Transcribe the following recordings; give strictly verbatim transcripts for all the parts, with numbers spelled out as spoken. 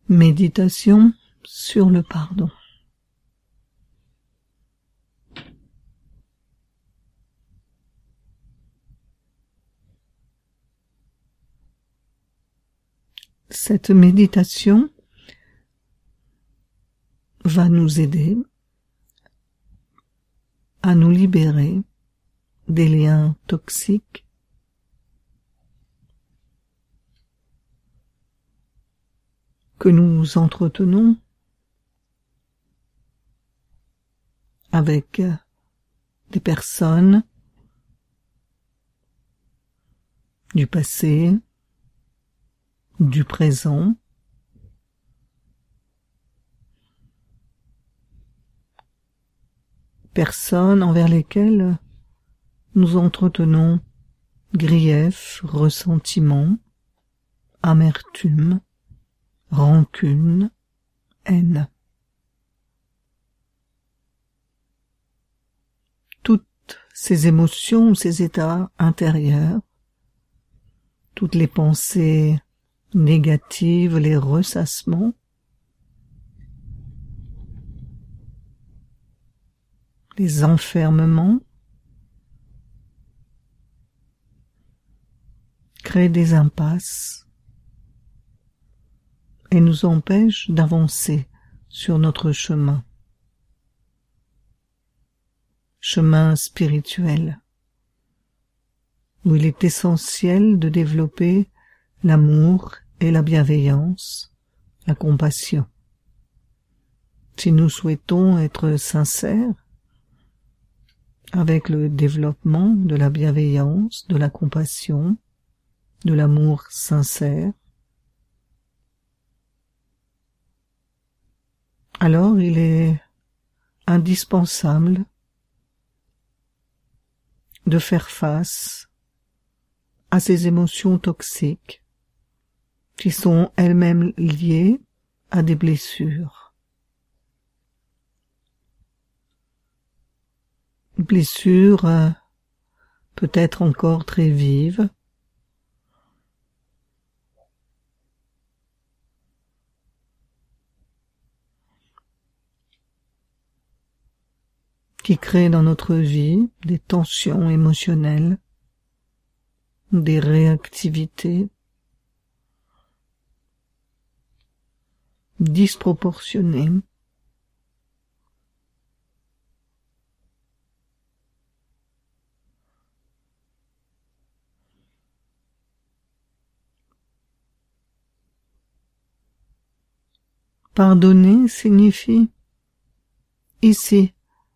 Méditation sur le pardon. Cette méditation va nous aider à nous libérer des liens toxiques que nous entretenons avec des personnes du passé, du présent, personnes envers lesquelles nous entretenons griefs, ressentiments, amertume, rancune, haine. Toutes ces émotions, ces états intérieurs, toutes les pensées négatives, les ressassements, les enfermements, créent des impasses et nous empêchent d'avancer sur notre chemin, chemin spirituel, où il est essentiel de développer l'amour et la bienveillance, la compassion. Si nous souhaitons être sincères avec le développement de la bienveillance, de la compassion, de l'amour sincère, alors il est indispensable de faire face à ces émotions toxiques qui sont elles-mêmes liées à des blessures. Blessures euh, peut-être encore très vives, qui créent dans notre vie des tensions émotionnelles, des réactivités disproportionnées, pardonner signifie ici,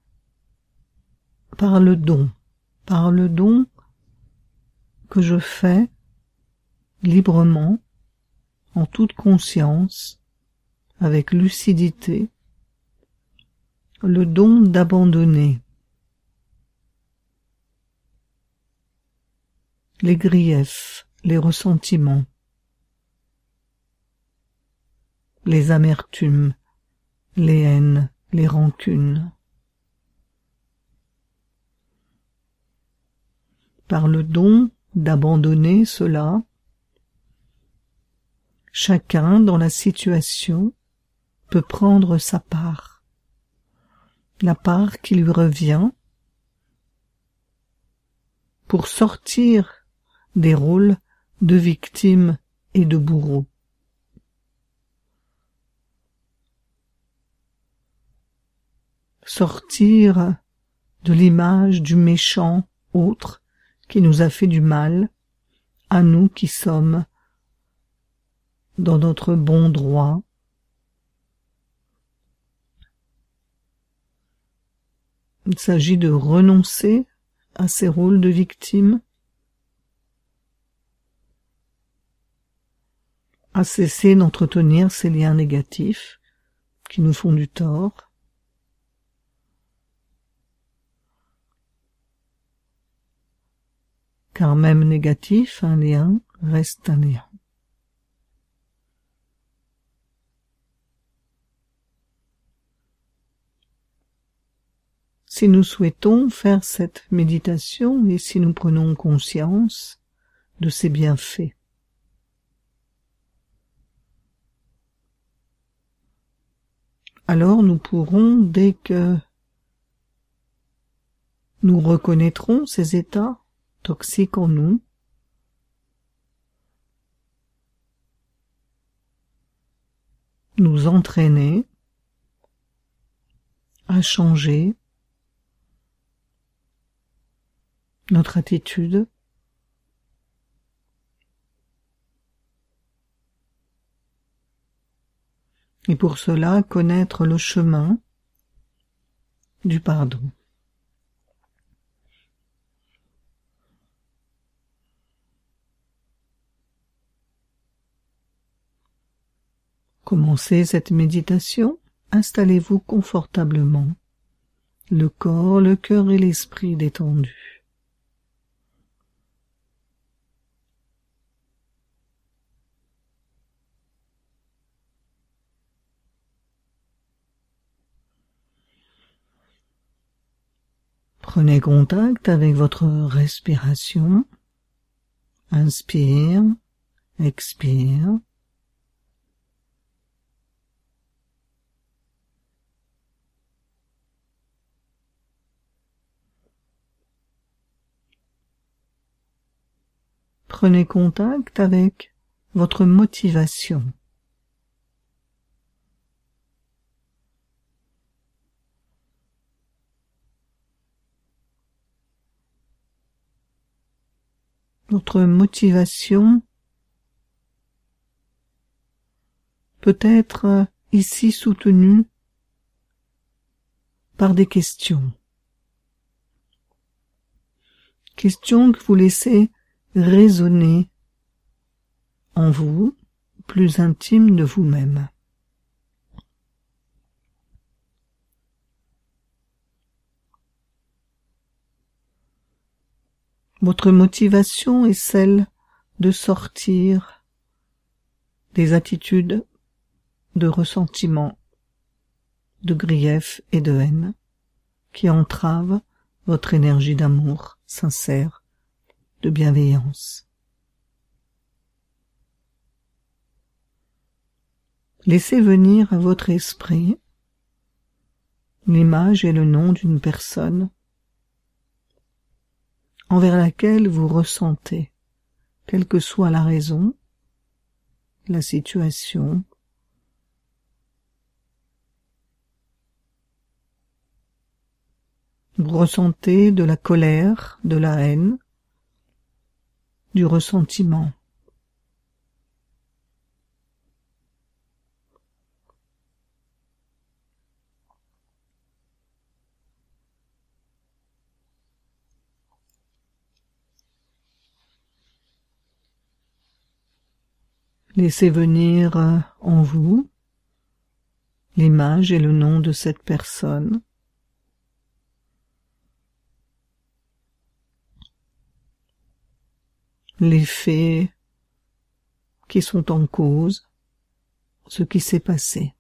par le don, par le don que je fais librement, en toute conscience, avec lucidité, le don d'abandonner les griefs, les ressentiments, les amertumes, les haines, les rancunes. Par le don d'abandonner cela, chacun dans la situation peut prendre sa part, la part qui lui revient, pour sortir des rôles de victime et de bourreau. Sortir de l'image du méchant autre qui nous a fait du mal, à nous qui sommes dans notre bon droit. Il s'agit de renoncer à ces rôles de victime, à cesser d'entretenir ces liens négatifs qui nous font du tort, car même négatif, un lien reste un lien. Si nous souhaitons faire cette méditation et si nous prenons conscience de ses bienfaits, alors nous pourrons, dès que nous reconnaîtrons ces états toxiques en nous, nous entraîner à changer notre attitude et pour cela connaître le chemin du pardon. Commencez cette méditation, installez-vous confortablement, le corps, le cœur et l'esprit détendus. Prenez contact avec votre respiration. Inspire, expire. Prenez contact avec votre motivation. Votre motivation peut être ici soutenue par des questions. Questions que vous laissez résonner en vous, plus intime de vous-même. Votre motivation est celle de sortir des attitudes de ressentiment, de grief et de haine qui entravent votre énergie d'amour sincère, de bienveillance. Laissez venir à votre esprit l'image et le nom d'une personne envers laquelle vous ressentez, quelle que soit la raison, la situation, vous ressentez de la colère, de la haine, du ressentiment. Laissez venir en vous l'image et le nom de cette personne. Les faits qui sont en cause, ce qui s'est passé.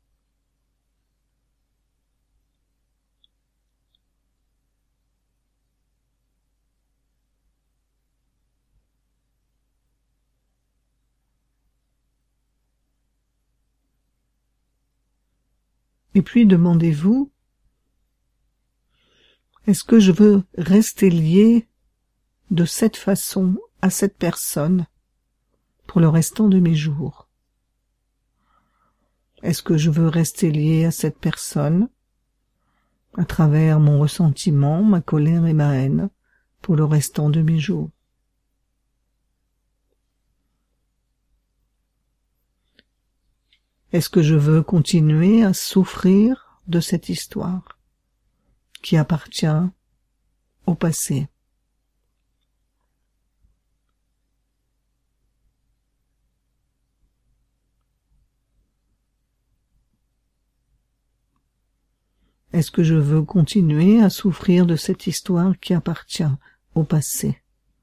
Et puis demandez-vous, est-ce que je veux rester lié de cette façon à cette personne pour le restant de mes jours? Est-ce que je veux rester lié à cette personne à travers mon ressentiment, ma colère et ma haine pour le restant de mes jours? Est-ce que je veux continuer à souffrir de cette histoire qui appartient au passé? Est-ce que je veux continuer à souffrir de cette histoire qui appartient au passé?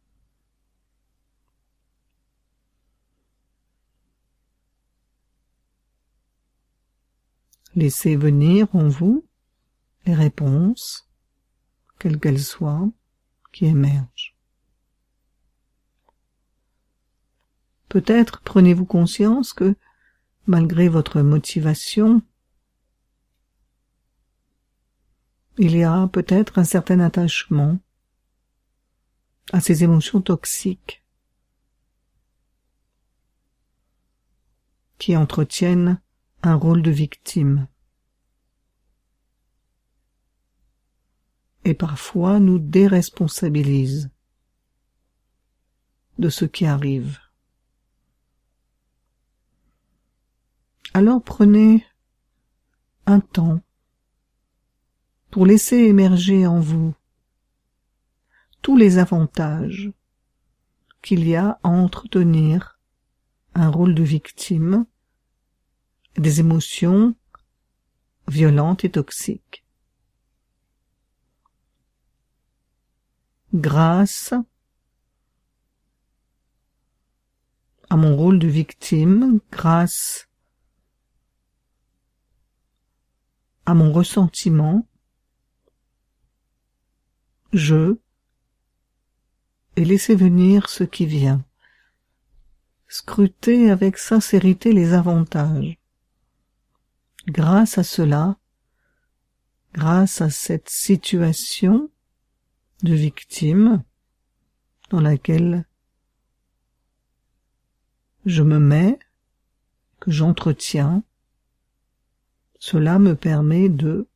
Laissez venir en vous les réponses, quelles qu'elles soient, qui émergent. Peut-être prenez-vous conscience que, malgré votre motivation, il y a peut-être un certain attachement à ces émotions toxiques qui entretiennent un rôle de victime et parfois nous déresponsabilisent de ce qui arrive. Alors prenez un temps pour laisser émerger en vous tous les avantages qu'il y a à entretenir un rôle de victime des émotions violentes et toxiques. Grâce à mon rôle de victime, grâce à mon ressentiment, je ai laissé venir ce qui vient. Scrutez avec sincérité les avantages. Grâce à cela, grâce à cette situation de victime dans laquelle je me mets, que j'entretiens, cela me permet de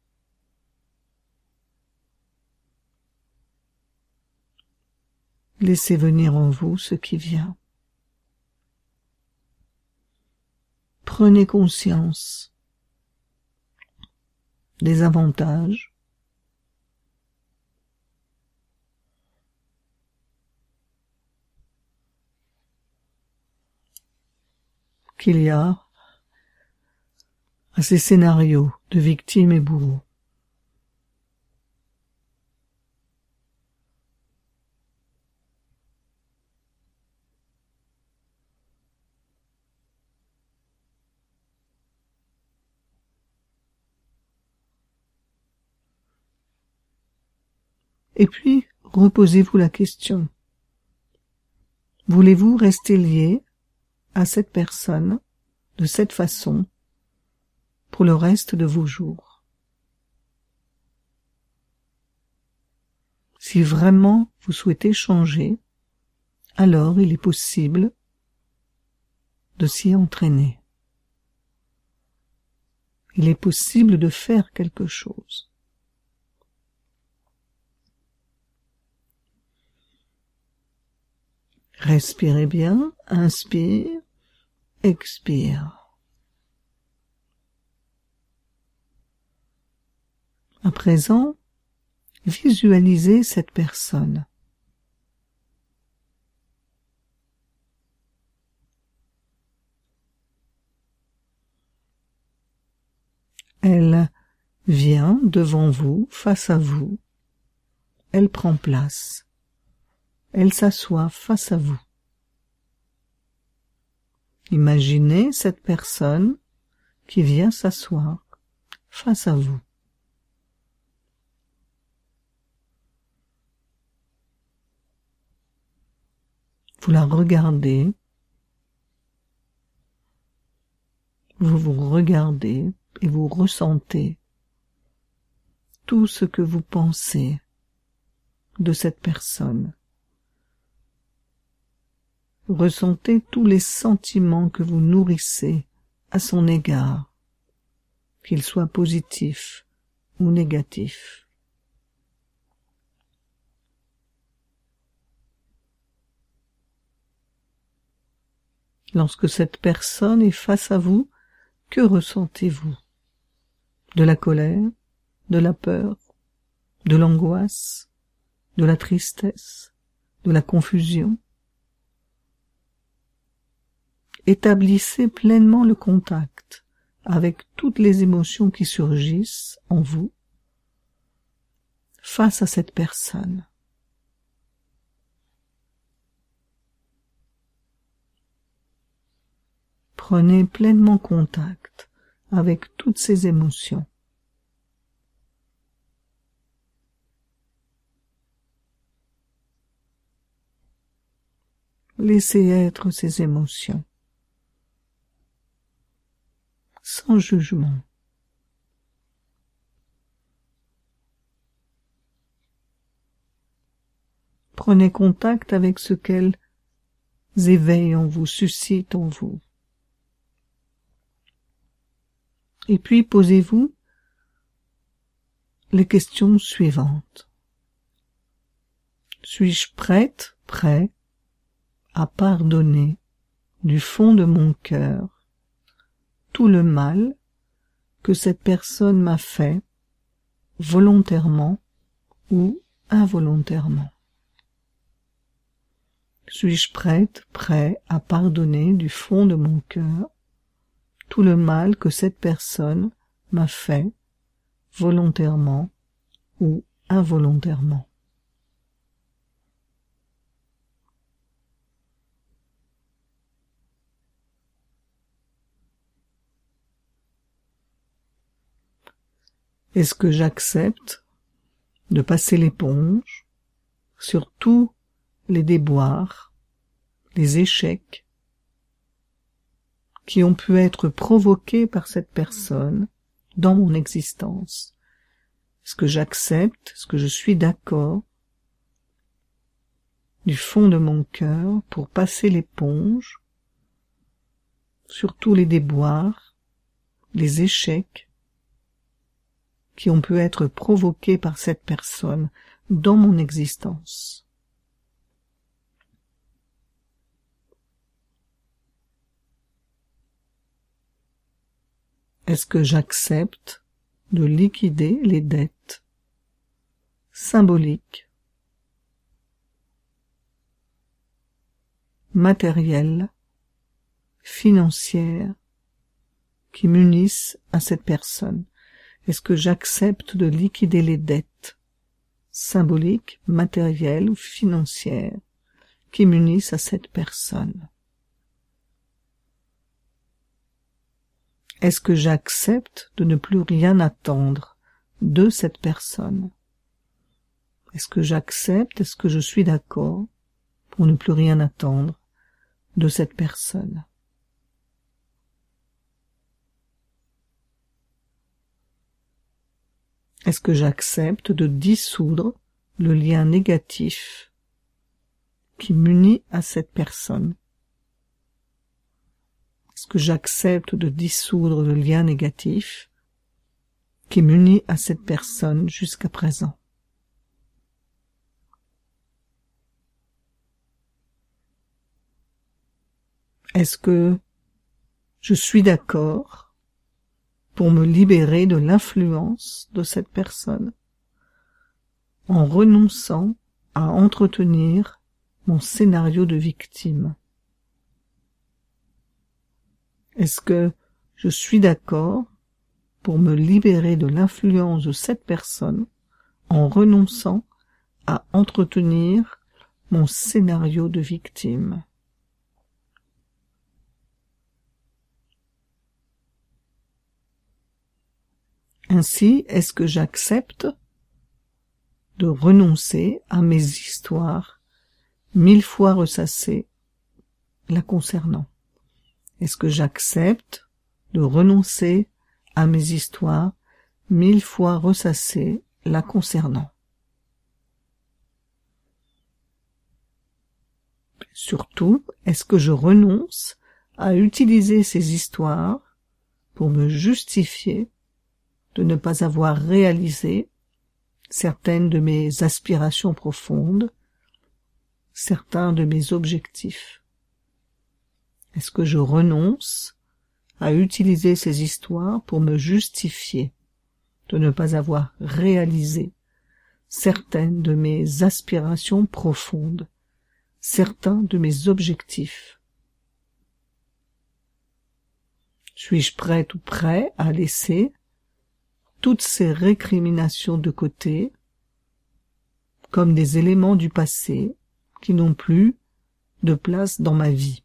laisser venir en vous ce qui vient. Prenez conscience des avantages qu'il y a à ces scénarios de victimes et bourreaux. Et puis, reposez-vous la question. Voulez-vous rester lié à cette personne de cette façon pour le reste de vos jours? Si vraiment vous souhaitez changer, alors il est possible de s'y entraîner. Il est possible de faire quelque chose. Respirez bien, inspire, expire. À présent, visualisez cette personne. Elle vient devant vous, face à vous. Elle prend place. Elle s'assoit face à vous. Imaginez cette personne qui vient s'asseoir face à vous. Vous la regardez, vous vous regardez et vous ressentez tout ce que vous pensez de cette personne. Ressentez tous les sentiments que vous nourrissez à son égard, qu'ils soient positifs ou négatifs. Lorsque cette personne est face à vous, que ressentez-vous? De la colère, de la peur, de l'angoisse, de la tristesse, de la confusion? Établissez pleinement le contact avec toutes les émotions qui surgissent en vous face à cette personne. Prenez pleinement contact avec toutes ces émotions. Laissez être ces émotions, sans jugement. Prenez contact avec ce qu'elles éveillent en vous, suscitent en vous. Et puis posez-vous les questions suivantes. Suis-je prête, prêt à pardonner du fond de mon cœur tout le mal que cette personne m'a fait, volontairement ou involontairement? Suis-je prête, prêt à pardonner du fond de mon cœur tout le mal que cette personne m'a fait, volontairement ou involontairement? Est-ce que j'accepte de passer l'éponge sur tous les déboires, les échecs qui ont pu être provoqués par cette personne dans mon existence? Est-ce que j'accepte, est-ce que je suis d'accord du fond de mon cœur pour passer l'éponge sur tous les déboires, les échecs qui ont pu être provoqués par cette personne dans mon existence? Est-ce que j'accepte de liquider les dettes symboliques, matérielles, financières qui m'unissent à cette personne? Est-ce que j'accepte de liquider les dettes symboliques, matérielles ou financières qui m'unissent à cette personne? Est-ce que j'accepte de ne plus rien attendre de cette personne? Est-ce que j'accepte, est-ce que je suis d'accord pour ne plus rien attendre de cette personne? Est-ce que j'accepte de dissoudre le lien négatif qui m'unit à cette personne? Est-ce que j'accepte de dissoudre le lien négatif qui m'unit à cette personne jusqu'à présent? Est-ce que je suis d'accord pour me libérer de l'influence de cette personne en renonçant à entretenir mon scénario de victime? Est-ce que je suis d'accord pour me libérer de l'influence de cette personne en renonçant à entretenir mon scénario de victime? Ainsi, est-ce que j'accepte de renoncer à mes histoires mille fois ressassées la concernant? Est-ce que j'accepte de renoncer à mes histoires mille fois ressassées la concernant? Surtout, est-ce que je renonce à utiliser ces histoires pour me justifier de ne pas avoir réalisé certaines de mes aspirations profondes, certains de mes objectifs? Est-ce que je renonce à utiliser ces histoires pour me justifier de ne pas avoir réalisé certaines de mes aspirations profondes, certains de mes objectifs? Suis-je prête ou prêt à laisser toutes ces récriminations de côté comme des éléments du passé qui n'ont plus de place dans ma vie?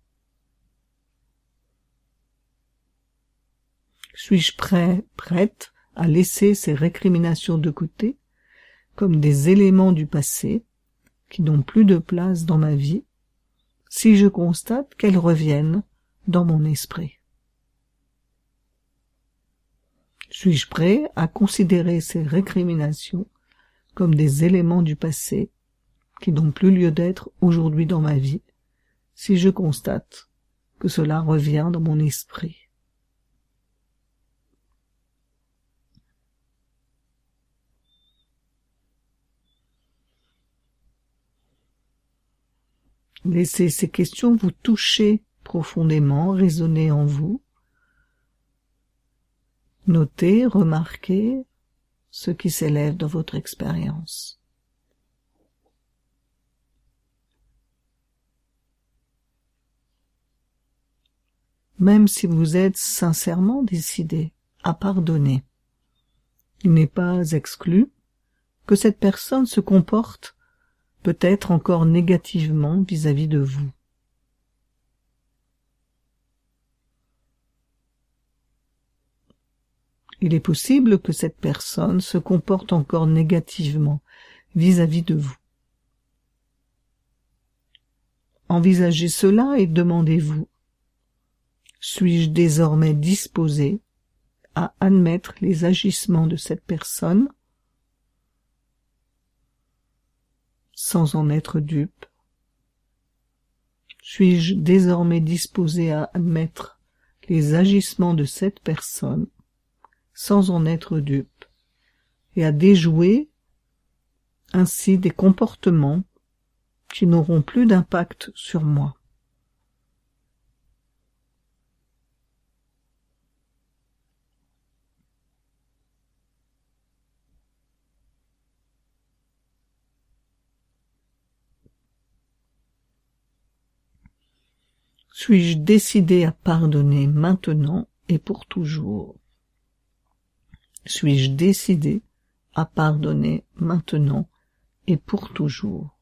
Suis-je prêt, prête à laisser ces récriminations de côté comme des éléments du passé qui n'ont plus de place dans ma vie si je constate qu'elles reviennent dans mon esprit? Suis-je prêt à considérer ces récriminations comme des éléments du passé qui n'ont plus lieu d'être aujourd'hui dans ma vie, si je constate que cela revient dans mon esprit. Laissez ces questions vous toucher profondément, résonner en vous. Notez, remarquez ce qui s'élève dans votre expérience. Même si vous êtes sincèrement décidé à pardonner, il n'est pas exclu que cette personne se comporte peut-être encore négativement vis-à-vis de vous. Il est possible que cette personne se comporte encore négativement vis-à-vis de vous. Envisagez cela et demandez-vous, suis-je désormais disposé à admettre les agissements de cette personne sans en être dupe? Suis-je désormais disposé à admettre les agissements de cette personne sans en être dupe et à déjouer ainsi des comportements qui n'auront plus d'impact sur moi? Suis-je décidé à pardonner maintenant et pour toujours? Suis-je décidé à pardonner maintenant et pour toujours?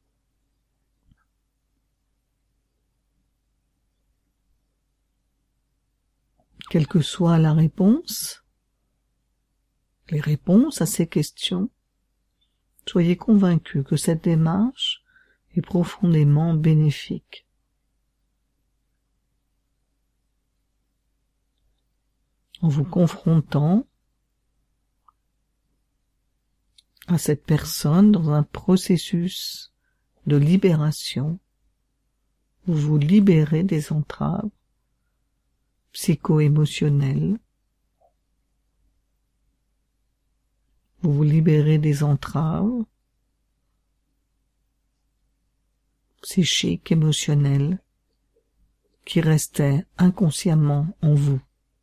Quelle que soit la réponse, les réponses à ces questions, soyez convaincus que cette démarche est profondément bénéfique. En vous confrontant à cette personne dans un processus de libération, vous vous libérez des entraves psycho-émotionnelles, vous vous libérez des entraves psychiques, émotionnelles, qui restaient inconsciemment en vous.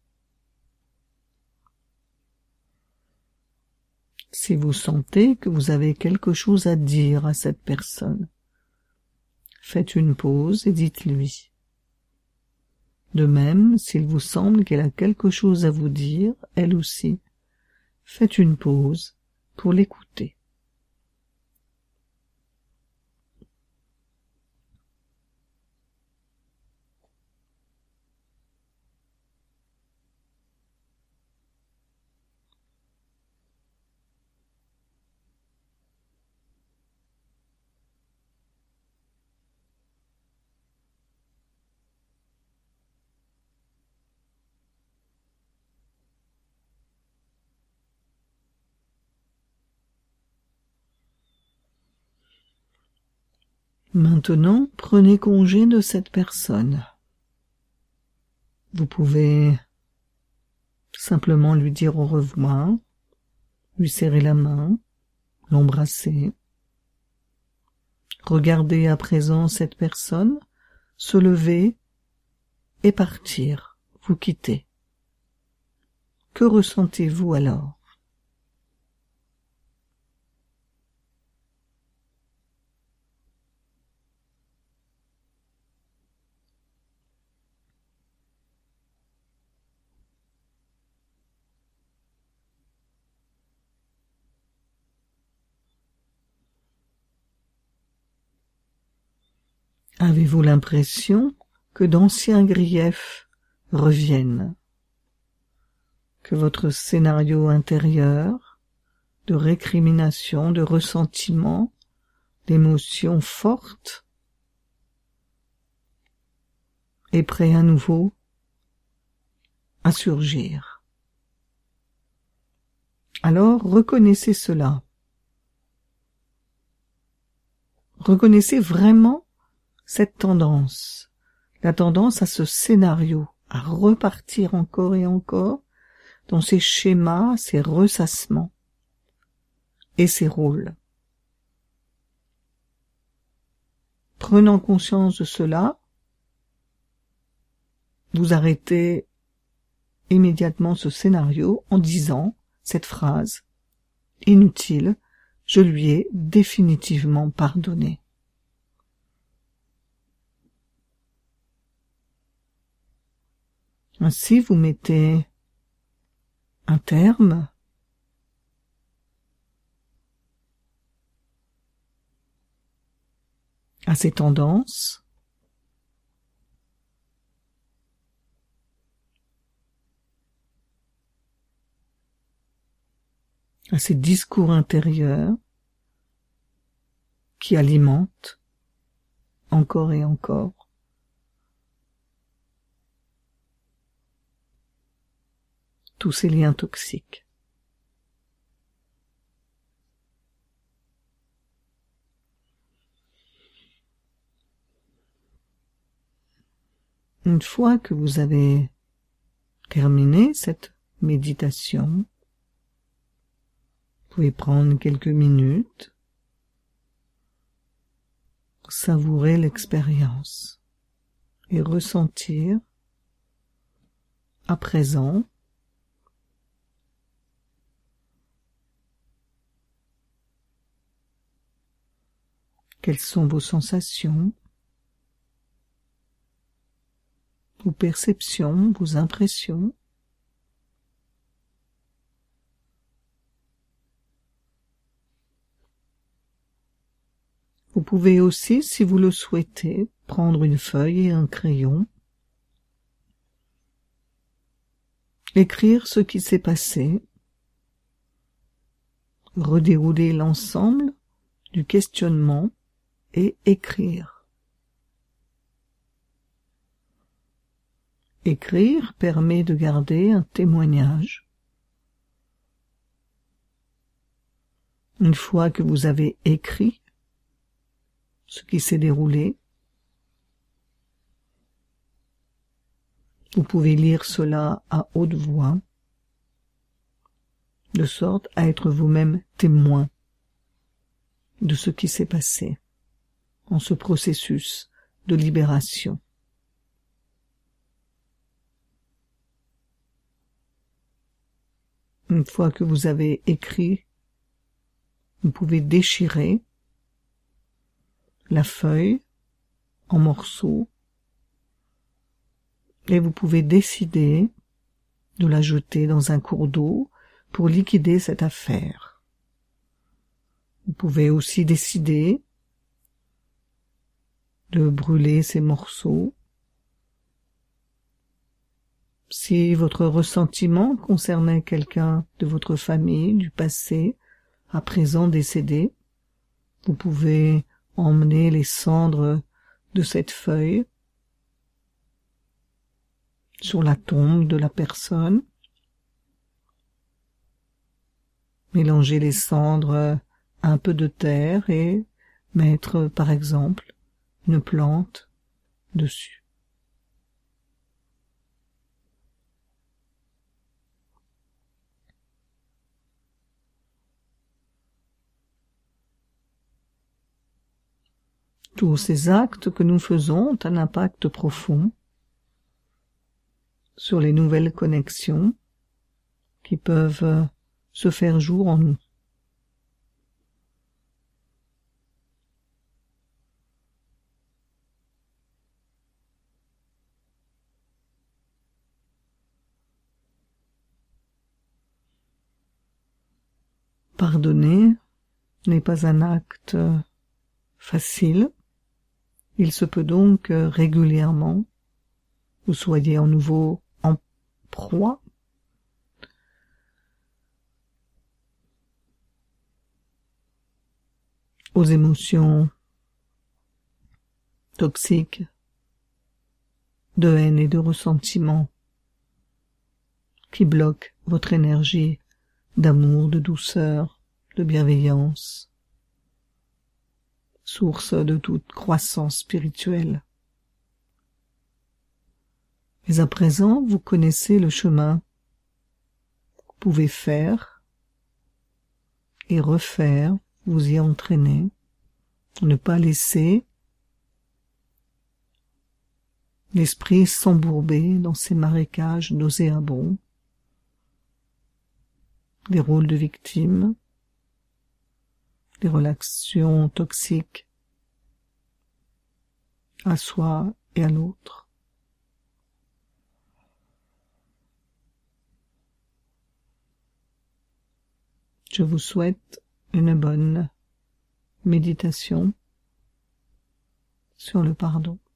Si vous sentez que vous avez quelque chose à dire à cette personne, faites une pause et dites-lui. De même, s'il vous semble qu'elle a quelque chose à vous dire, elle aussi, faites une pause pour l'écouter. Maintenant, prenez congé de cette personne. Vous pouvez simplement lui dire au revoir, lui serrer la main, l'embrasser. Regardez à présent cette personne se lever et partir, vous quitter. Que ressentez-vous alors? Avez-vous l'impression que d'anciens griefs reviennent, que votre scénario intérieur de récrimination, de ressentiment, d'émotions fortes est prêt à nouveau à surgir? Alors reconnaissez cela. reconnaissez vraiment cette tendance, la tendance à ce scénario, à repartir encore et encore dans ces schémas, ces ressassements et ces rôles. Prenant conscience de cela, vous arrêtez immédiatement ce scénario en disant cette phrase inutile, je lui ai définitivement pardonné. Ainsi, vous mettez un terme à ces tendances, à ces discours intérieurs qui alimentent encore et encore tous ces liens toxiques. Une fois que vous avez terminé cette méditation, vous pouvez prendre quelques minutes pour savourer l'expérience et ressentir à présent quelles sont vos sensations, vos perceptions, vos impressions. Vous pouvez aussi, si vous le souhaitez, prendre une feuille et un crayon, écrire ce qui s'est passé, redérouler l'ensemble du questionnement et écrire. Écrire permet de garder un témoignage. Une fois que vous avez écrit ce qui s'est déroulé, vous pouvez lire cela à haute voix, de sorte à être vous-même témoin de ce qui s'est passé en ce processus de libération. Une fois que vous avez écrit, vous pouvez déchirer la feuille en morceaux et vous pouvez décider de la jeter dans un cours d'eau pour liquider cette affaire. Vous pouvez aussi décider de brûler ces morceaux. Si votre ressentiment concernait quelqu'un de votre famille, du passé, à présent décédé, vous pouvez emmener les cendres de cette feuille sur la tombe de la personne, mélanger les cendres à un peu de terre et mettre, par exemple, une plante dessus. Tous ces actes que nous faisons ont un impact profond sur les nouvelles connexions qui peuvent se faire jour en nous. Pardonner n'est pas un acte facile. Il se peut donc que régulièrement vous soyez en nouveau en proie aux émotions toxiques de haine et de ressentiment qui bloquent votre énergie d'amour, de douceur, de bienveillance, source de toute croissance spirituelle. Mais à présent, vous connaissez le chemin. Vous pouvez faire et refaire, vous y entraîner, ne pas laisser l'esprit s'embourber dans ces marécages nauséabonds, des rôles de victime, des relations toxiques à soi et à l'autre. Je vous souhaite une bonne méditation sur le pardon.